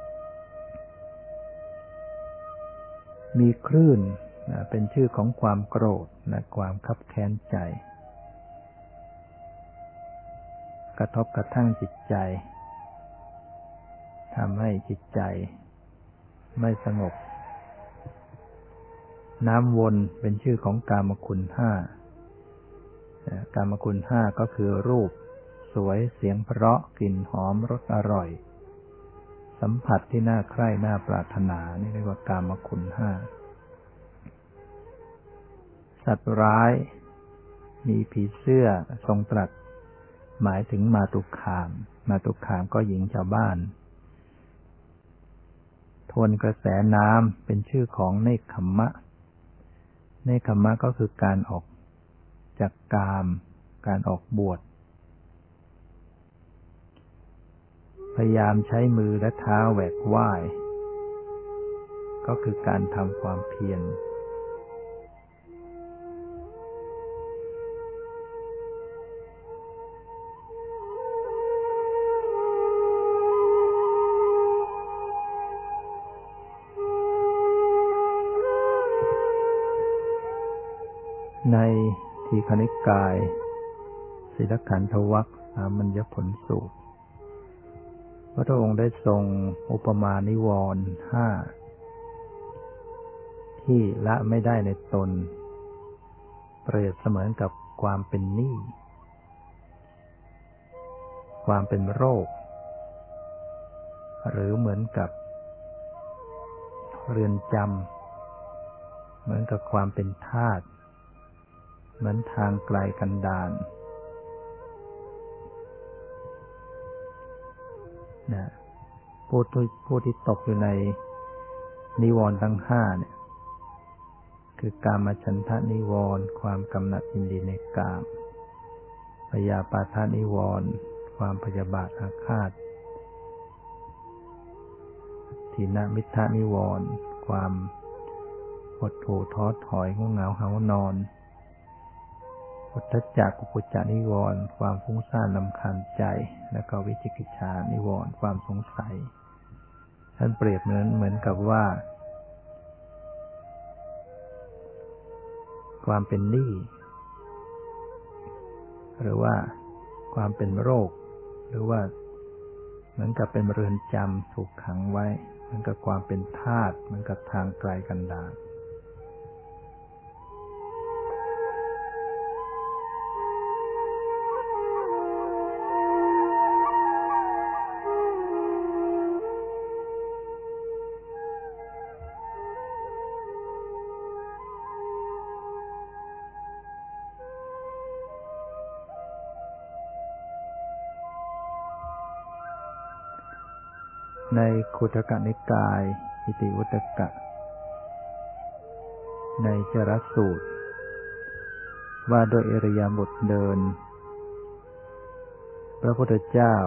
มีคลื่นนะเป็นชื่อของความโกรธนะความคับแค้นใจกระทบกระทั่งจิตใจทำให้จิตใจไม่สงบน้ำวนเป็นชื่อของกามคุณห้ากามคุณห้าก็คือรูปสวยเสียงเพราะกลิ่นหอมรสอร่อยสัมผัสที่น่าใคร่น่าปรารถนานี่เรียกว่ากามคุณห้าสัตว์ร้ายมีผีเสื้อทรงตรัสหมายถึงมาตุคามมาตุคามก็หญิงชาวบ้านทวนกระแสน้ำเป็นชื่อของเนคขัมมะเนคขัมมะก็คือการออกจากกามการออกบวชพยายามใช้มือและเท้าแหวกว่ายก็คือการทำความเพียรในทีฆนิกายศีลขันธวรรคสามัญญผลสูตรพระองค์ได้ทรงอุปมานิวรณ์ห้าที่ละไม่ได้ในตนเปรียบเสมือนกับความเป็นหนี้ความเป็นโรคหรือเหมือนกับเรือนจำเหมือนกับความเป็นทาสเหมือนทางไกลกันดารนะผู้ที่ผู้ที่ตกอยู่ในนิวรณ์ทั้งห้าเนี่ยคือกามฉันทะนิวรณ์ความกำหนัดยินดีในกามพยาปาทะนิวรณ์ความพยาบาทอาฆาตถีนมิทธะนิวรณ์ความหดหู่ท้อถอยง่วงเหงาหาวนอนอุทธัจจะกุกุจจะนิวรณ์ความฟุ้งซ่านรำคาญใจและก็วิจิกิจฉานิวรณ์ความสงสัยท่านเปรียบเหมือนเหมือนกับว่าความเป็นหนี้หรือว่าความเป็นโรคหรือว่าเหมือนกับเป็นเรือนจำถูกขังไว้เหมือนกับความเป็นทาสเหมือนกับทางไกลกันดารในขุททกนิกายอิติวุตกะในจรสูตรว่าโดยอิริยาบถเดินพระพุทธเจ้า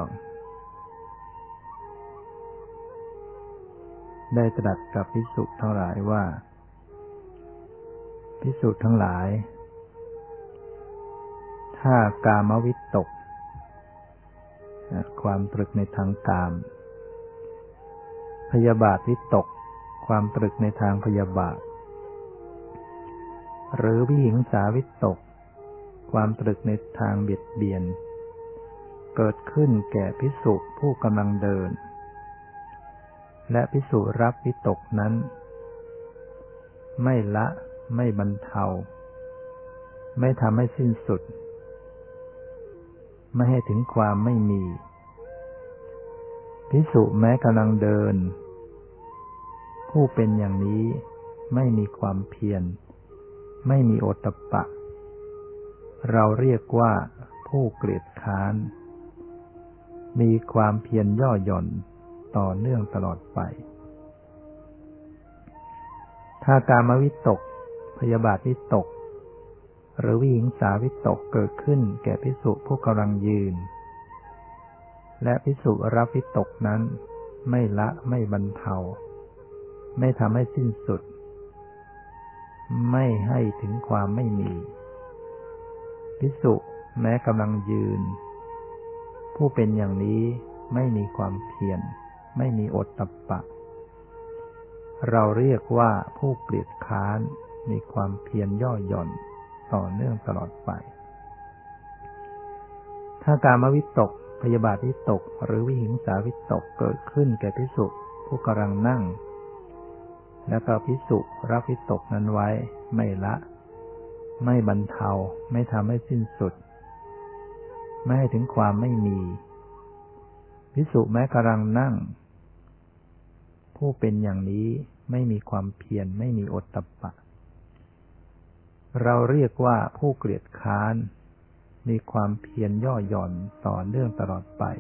ได้ตรัสกับภิกษุทั้งหลายว่าภิกษุทั้งหลายถ้ากามวิตกความตรึกในทางกามพยาบาทวิตกความตรึกในทางพยาบาทหรือวิหิงสาวิตกความตรึกในทางเบียดเบียนเกิดขึ้นแก่ภิกษุผู้กำลังเดินและภิกษุรับวิตกนั้นไม่ละไม่บรรเทาไม่ทำให้สิ้นสุดไม่ให้ถึงความไม่มีภิกษุแม้กำลังเดินผู้เป็นอย่างนี้ไม่มีความเพียรไม่มีโอตตัปปะเราเรียกว่าผู้เกลียดค้านมีความเพียรย่อหย่อนต่อเนื่องตลอดไปถ้ากามวิตกพยาบาทวิตกหรือวิหิงสาวิตกเกิดขึ้นแก่ภิกษุผู้กำลังยืนและภิกษุรับวิตกนั้นไม่ละไม่บรรเทาไม่ทำให้สิ้นสุดไม่ให้ถึงความไม่มีภิกษุแม้กำลังยืนผู้เป็นอย่างนี้ไม่มีความเพียรไม่มีโอตตัปปะเราเรียกว่าผู้เกลียดค้านมีความเพียรย่อหย่อนต่อเนื่องตลอดไปถ้ากามวิตกพยาบาทวิตกหรือวิหิงสาวิตกเกิดขึ้นแก่ภิกษุผู้กำลังนั่งแล้วก็ภิกษุรับวิตกนั้นไว้ไม่ละไม่บรรเทาไม่ทำให้สิ้นสุดไม่ให้ถึงความไม่มีภิกษุแม้กำลังนั่งผู้เป็นอย่างนี้ไม่มีความเพียรไม่มีโอตตัปปะเราเรียกว่าผู้เกลียดค้านมีความเพียรย่อหย่อนต่อเนื่องตลอดไป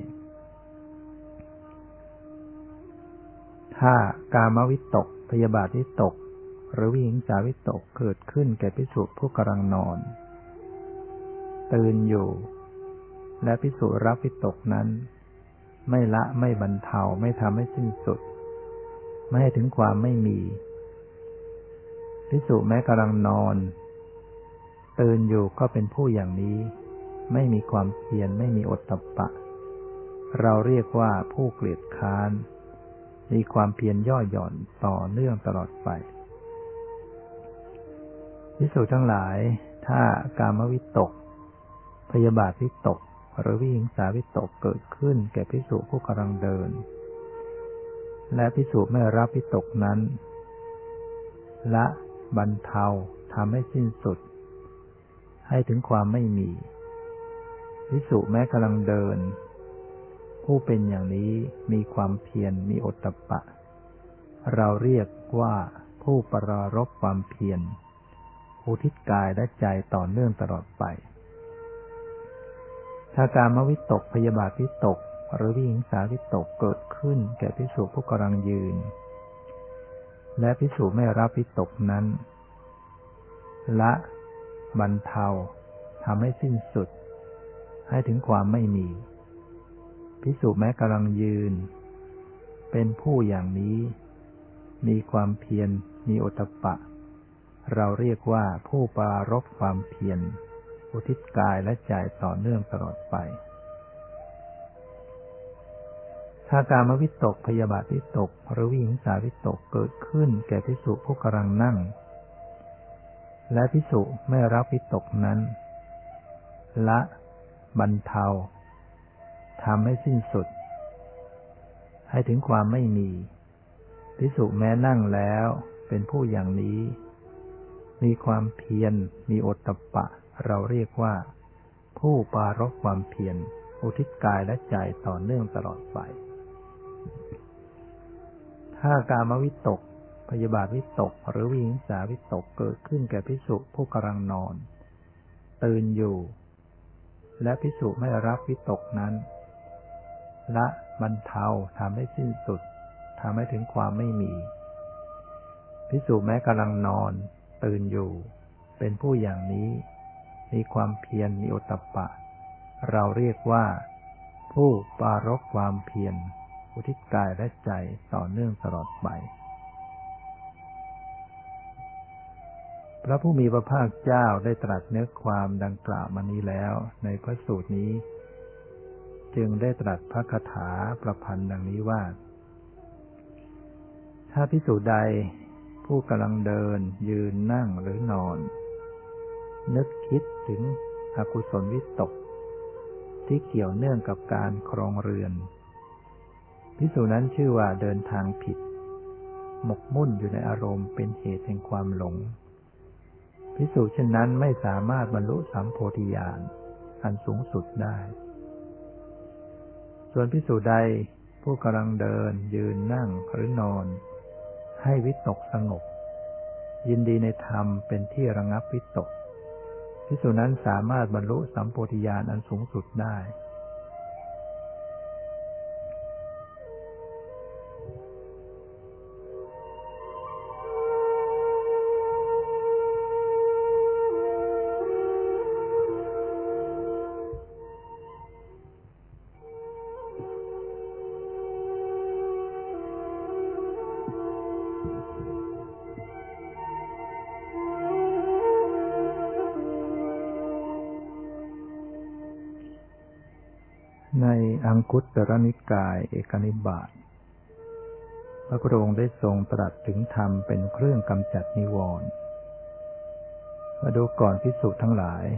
ถ้ากามวิตกพยาบาทวิตกหรือวิหิงสาวิตกเกิดขึ้นแก่ภิกษุผู้กำลังนอนตื่นอยู่และภิกษุรับวิตกนั้นไม่ละไม่บรรเทาไม่ทำให้สิ้นสุดไม่ให้ถึงความไม่มีภิกษุแม้กำลังนอนตื่นอยู่ก็เป็นผู้อย่างนี้ไม่มีความเพียรไม่มีโอตตัปปะเราเรียกว่าผู้เกลียดค้านมีความเพียรย่อหย่อนต่อเนื่องตลอดไปภิกษุทั้งหลายถ้ากามวิตกพยาบาทวิตกหรือวิหิงสาวิตกเกิดขึ้นแก่ภิกษุผู้กำลังเดินและภิกษุไม่รับวิตกนั้นละบรรเทาทำให้สิ้นสุดให้ถึงความไม่มีภิกษุแม้กำลังเดินผู้เป็นอย่างนี้มีความเพียรมีโอตตัปปะเราเรียกว่าผู้ปรารภความเพียรอุทิศกายและใจต่อเนื่องตลอดไปถ้ากามวิตกพยาบาทวิตกหรือวิหิงสาวิตกเกิดขึ้นแก่ภิกษุผู้กำลังยืนและภิกษุไม่รับวิตกนั้นละบรรเทาทำให้สิ้นสุดให้ถึงความไม่มีภิกษุแม้กำลังยืนเป็นผู้อย่างนี้มีความเพียรมีโอตตัปปะเราเรียกว่าผู้ปรารภความเพียรอุทิศกายและใจต่อเนื่องตลอดไปถ้ากามวิตกพยาบาทวิตกหรือวิหิงสาวิตกเกิดขึ้นแก่ภิกษุผู้กำลังนั่งและภิกษุไม่รับวิตกนั้นละบรรเทาทำให้สิ้นสุดให้ถึงความไม่มีภิกษุแม้นั่งแล้วเป็นผู้อย่างนี้มีความเพียรมีโอตตัปปะเราเรียกว่าผู้ปรารภความเพียรอุทิศกายและใจต่อเนื่องตลอดไปถ้ากามวิตกพยาบาทวิตกหรือวิหิงสาวิตกเกิดขึ้นแก่ภิกษุผู้กำลังนอนตื่นอยู่และภิกษุไม่รับวิตกนั้นละบรรเทาทำให้สิ้นสุดทำให้ถึงความไม่มีภิกษุแม้กำลังนอนตื่นอยู่เป็นผู้อย่างนี้มีความเพียรมีโอตตัปปะเราเรียกว่าผู้ปรารภความเพียรอุทิศกายและใจต่อเนื่องตลอดไปพระผู้มีพระภาคเจ้าได้ตรัสเนื้อความดังกล่าวมานี้แล้วในพระสูตรนี้จึงได้ตรัสพระคาถาประพันธ์ดังนี้ว่าถ้าภิกษุใดผู้กำลังเดินยืนนั่งหรือนอนนึกคิดถึงอกุศลวิตกที่เกี่ยวเนื่องกับการครองเรือนภิกษุนั้นชื่อว่าเดินทางผิดหมกมุ่นอยู่ในอารมณ์เป็นเหตุแห่งความหลงภิกษุเช่นนั้นไม่สามารถบรรลุสัมโพธิญาณอันสูงสุดได้ส่วนภิกษุใดผู้กำลังเดินยืนนั่งหรือนอนให้วิตกสงบยินดีในธรรมเป็นที่ระงับวิตกภิกษุนั้นสามารถบรรลุสัมโพธิญาณอันสูงสุดได้ในอังคุตตรนิกายเอกนิบาตพระพุทธองค์ได้ทรงตรัสถึงธรรมเป็นเครื่องกำจัดนิวรณ์มาดูก่อนภิกษุทั้งหลาย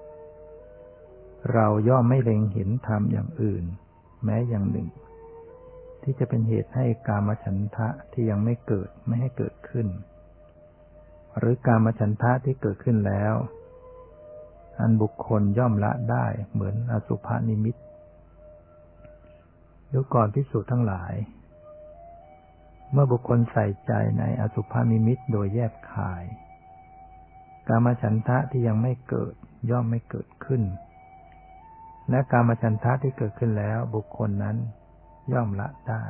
เราย่อมไม่เล็งเห็นธรรมอย่างอื่นแม้อย่างหนึ่งที่จะเป็นเหตุให้กามฉันทะที่ยังไม่เกิดไม่ให้เกิดขึ้นหรือกามฉันทะที่เกิดขึ้นแล้วอันบุคคลย่อมละได้เหมือนอสุภนิมิตดูก่อนภิกษุทั้งหลายเมื่อบุคคลใส่ใจในอสุภนิมิตโดยแยบคายกามฉันทะที่ยังไม่เกิดย่อมไม่เกิดขึ้นและกามฉันทะที่เกิดขึ้นแล้วบุคคลนั้นย่อมละได้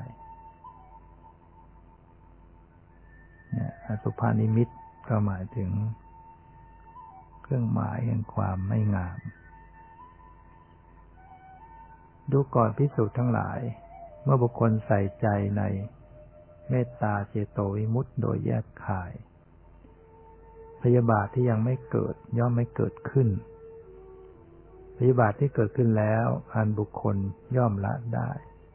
อสุภนิมิตก็หมายถึงเครื่องหมายแห่งความไม่งามดูก่อนภิกษุทั้งหลายเมื่อบุคคลใส่ใจในเมตตาเจโตวิมุตติโดยแยกคายพยาบาทที่ยังไม่เกิดย่อมไม่เกิดขึ้นพยาบาทที่เกิดขึ้นแล้วอันบุคคลย่อมละได้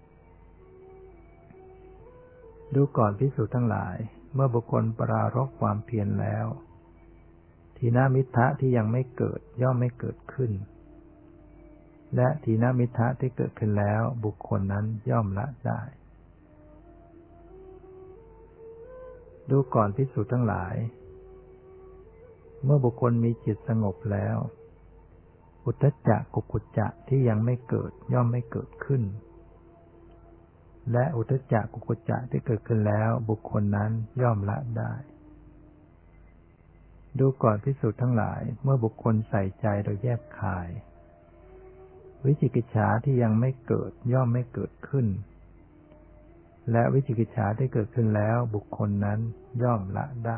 ดูก่อนภิกษุทั้งหลายเมื่อบุคคลปรารภความเพียรแล้วทีฆมิทธะที่ยังไม่เกิดย่อมไม่เกิดขึ้นและทีฆมิทธะที่เกิดขึ้นแล้วบุคคลนั้นย่อมละได้ดูก่อนภิกษุทั้งหลายเมื่อบุคคลมีจิตสงบแล้วอุทธัจจะกุกุจจะที่ยังไม่เกิดย่อมไม่เกิดขึ้นและอุทธัจจะกุกุจจะที่เกิดขึ้นแล้วบุคคลนั้นย่อมละได้ดูก่อนภิกษุทั้งหลายเมื่อบุคคลใส่ใจโดยแยบคายวิจิกิจฉาที่ยังไม่เกิดย่อมไม่เกิดขึ้นและวิจิกิจฉาที่เกิดขึ้นแล้วบุคคลนั้นย่อมละได้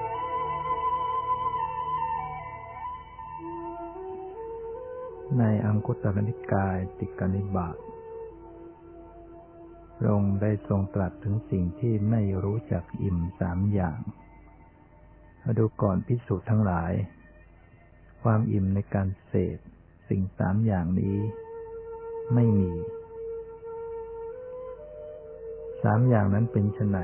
ในอัอังคุตรนิกายติกนิบาตพระองค์ได้ทรงตรัสถึงสิ่งที่ไม่รู้จักอิ่มสามอย่างมาดูก่อนภิกษุทั้งหลายความอิ่มในการเสพสิ่งสามอย่างนี้ไม่มีสามอย่างนั้นเป็นไฉน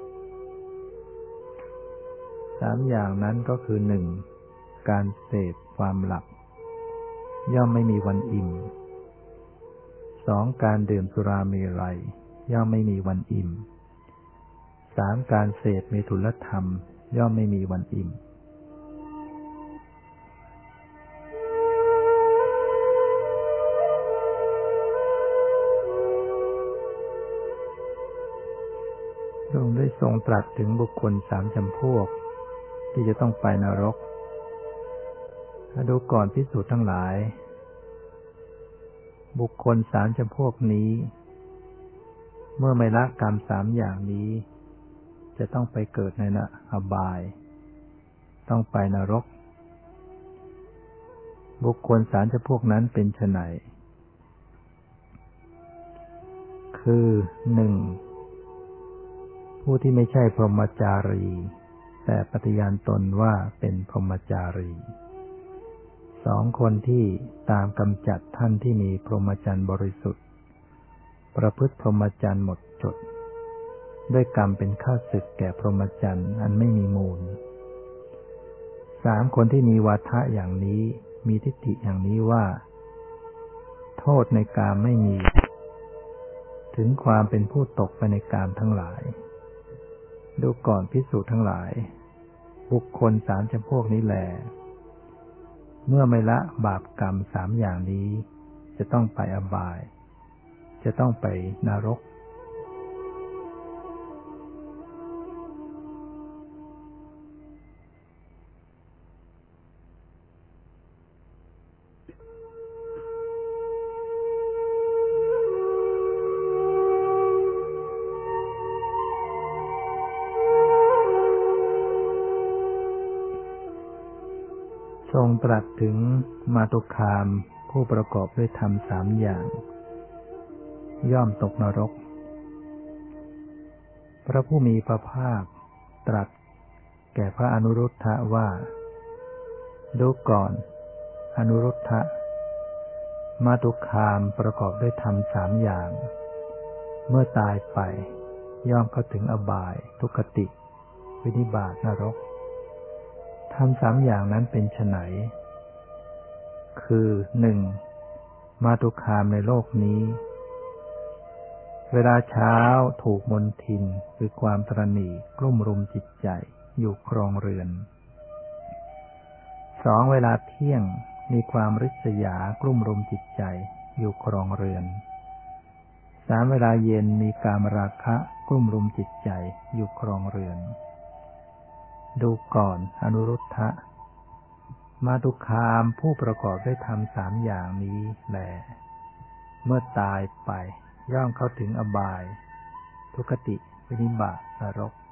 สามอย่างนั้นก็คือหนึ่งการเสพความหลับย่อมไม่มีวันอิ่มสองการดื่มสุราเมรัยย่อมไม่มีวันอิ่มสามการเสพเมถุนธรรมย่อมไม่มีวันอิ่มพระองค์ได้ทรงตรัสถึงบุคคลสามจำพวกที่จะต้องไปนรกดูก่อนภิกษุทั้งหลายบุคคลสามจำพวกนี้เมื่อไม่ละกรรมสามอย่างนี้จะต้องไปเกิดในนอบายต้องไปนรกบุคคลสามจำพวกนั้นเป็นไฉนคือหนึ่งผู้ที่ไม่ใช่พรหมจารีแต่ปฏิญาณตนว่าเป็นพรหมจารีสองคนที่ตามกำจัดท่านที่มีพรหมจรรย์บริสุทธิ์ประพฤติพรหมจรรย์หมดจดด้วยกรรมเป็นข้าศึกแก่พรหมจรรย์อันไม่มีมูลสามคนที่มีวาทะอย่างนี้มีทิฏฐิอย่างนี้ว่าโทษในกามไม่มีถึงความเป็นผู้ตกไปในกามทั้งหลายดูก่อนภิกษุทั้งหลายบุคคลสามจำพวกนี้แลเมื่อไม่ละบาปกรรมสามอย่างนี้จะต้องไปอบายจะต้องไปนรกทรงตรัสถึงมาตุคามผู้ประกอบด้วยธรรมสามอย่างย่อมตกนรกพระผู้มีพระภาคตรัสแก่พระอนุรุทธะว่าดูก่อนอนุรุทธะมาตุคามประกอบด้วยธรรมสามอย่างเมื่อตายไปย่อมเข้าถึงอบายทุกขติวินิบาตนรกธรรมสามอย่างนั้นเป็นไฉนคือหนึ่งมาตุคามในโลกนี้เวลาเช้าถูกมลทินคือความตระหนี่กลุ่มรุมจิตใจอยู่ครองเรือนสองเวลาเที่ยงมีความริษยากลุ่มรุมจิตใจอยู่ครองเรือนสามเวลาเย็นมีกามราคะกลุ่มรุมจิตใจอยู่ครองเรือนดูก่อนอนุรุทธะมาตุคามผู้ประกอบด้วยธรรมสามอย่างนี้แลเมื่อตายไปย่อมเข้าถึงอบายทุกขติวินิบาตนรก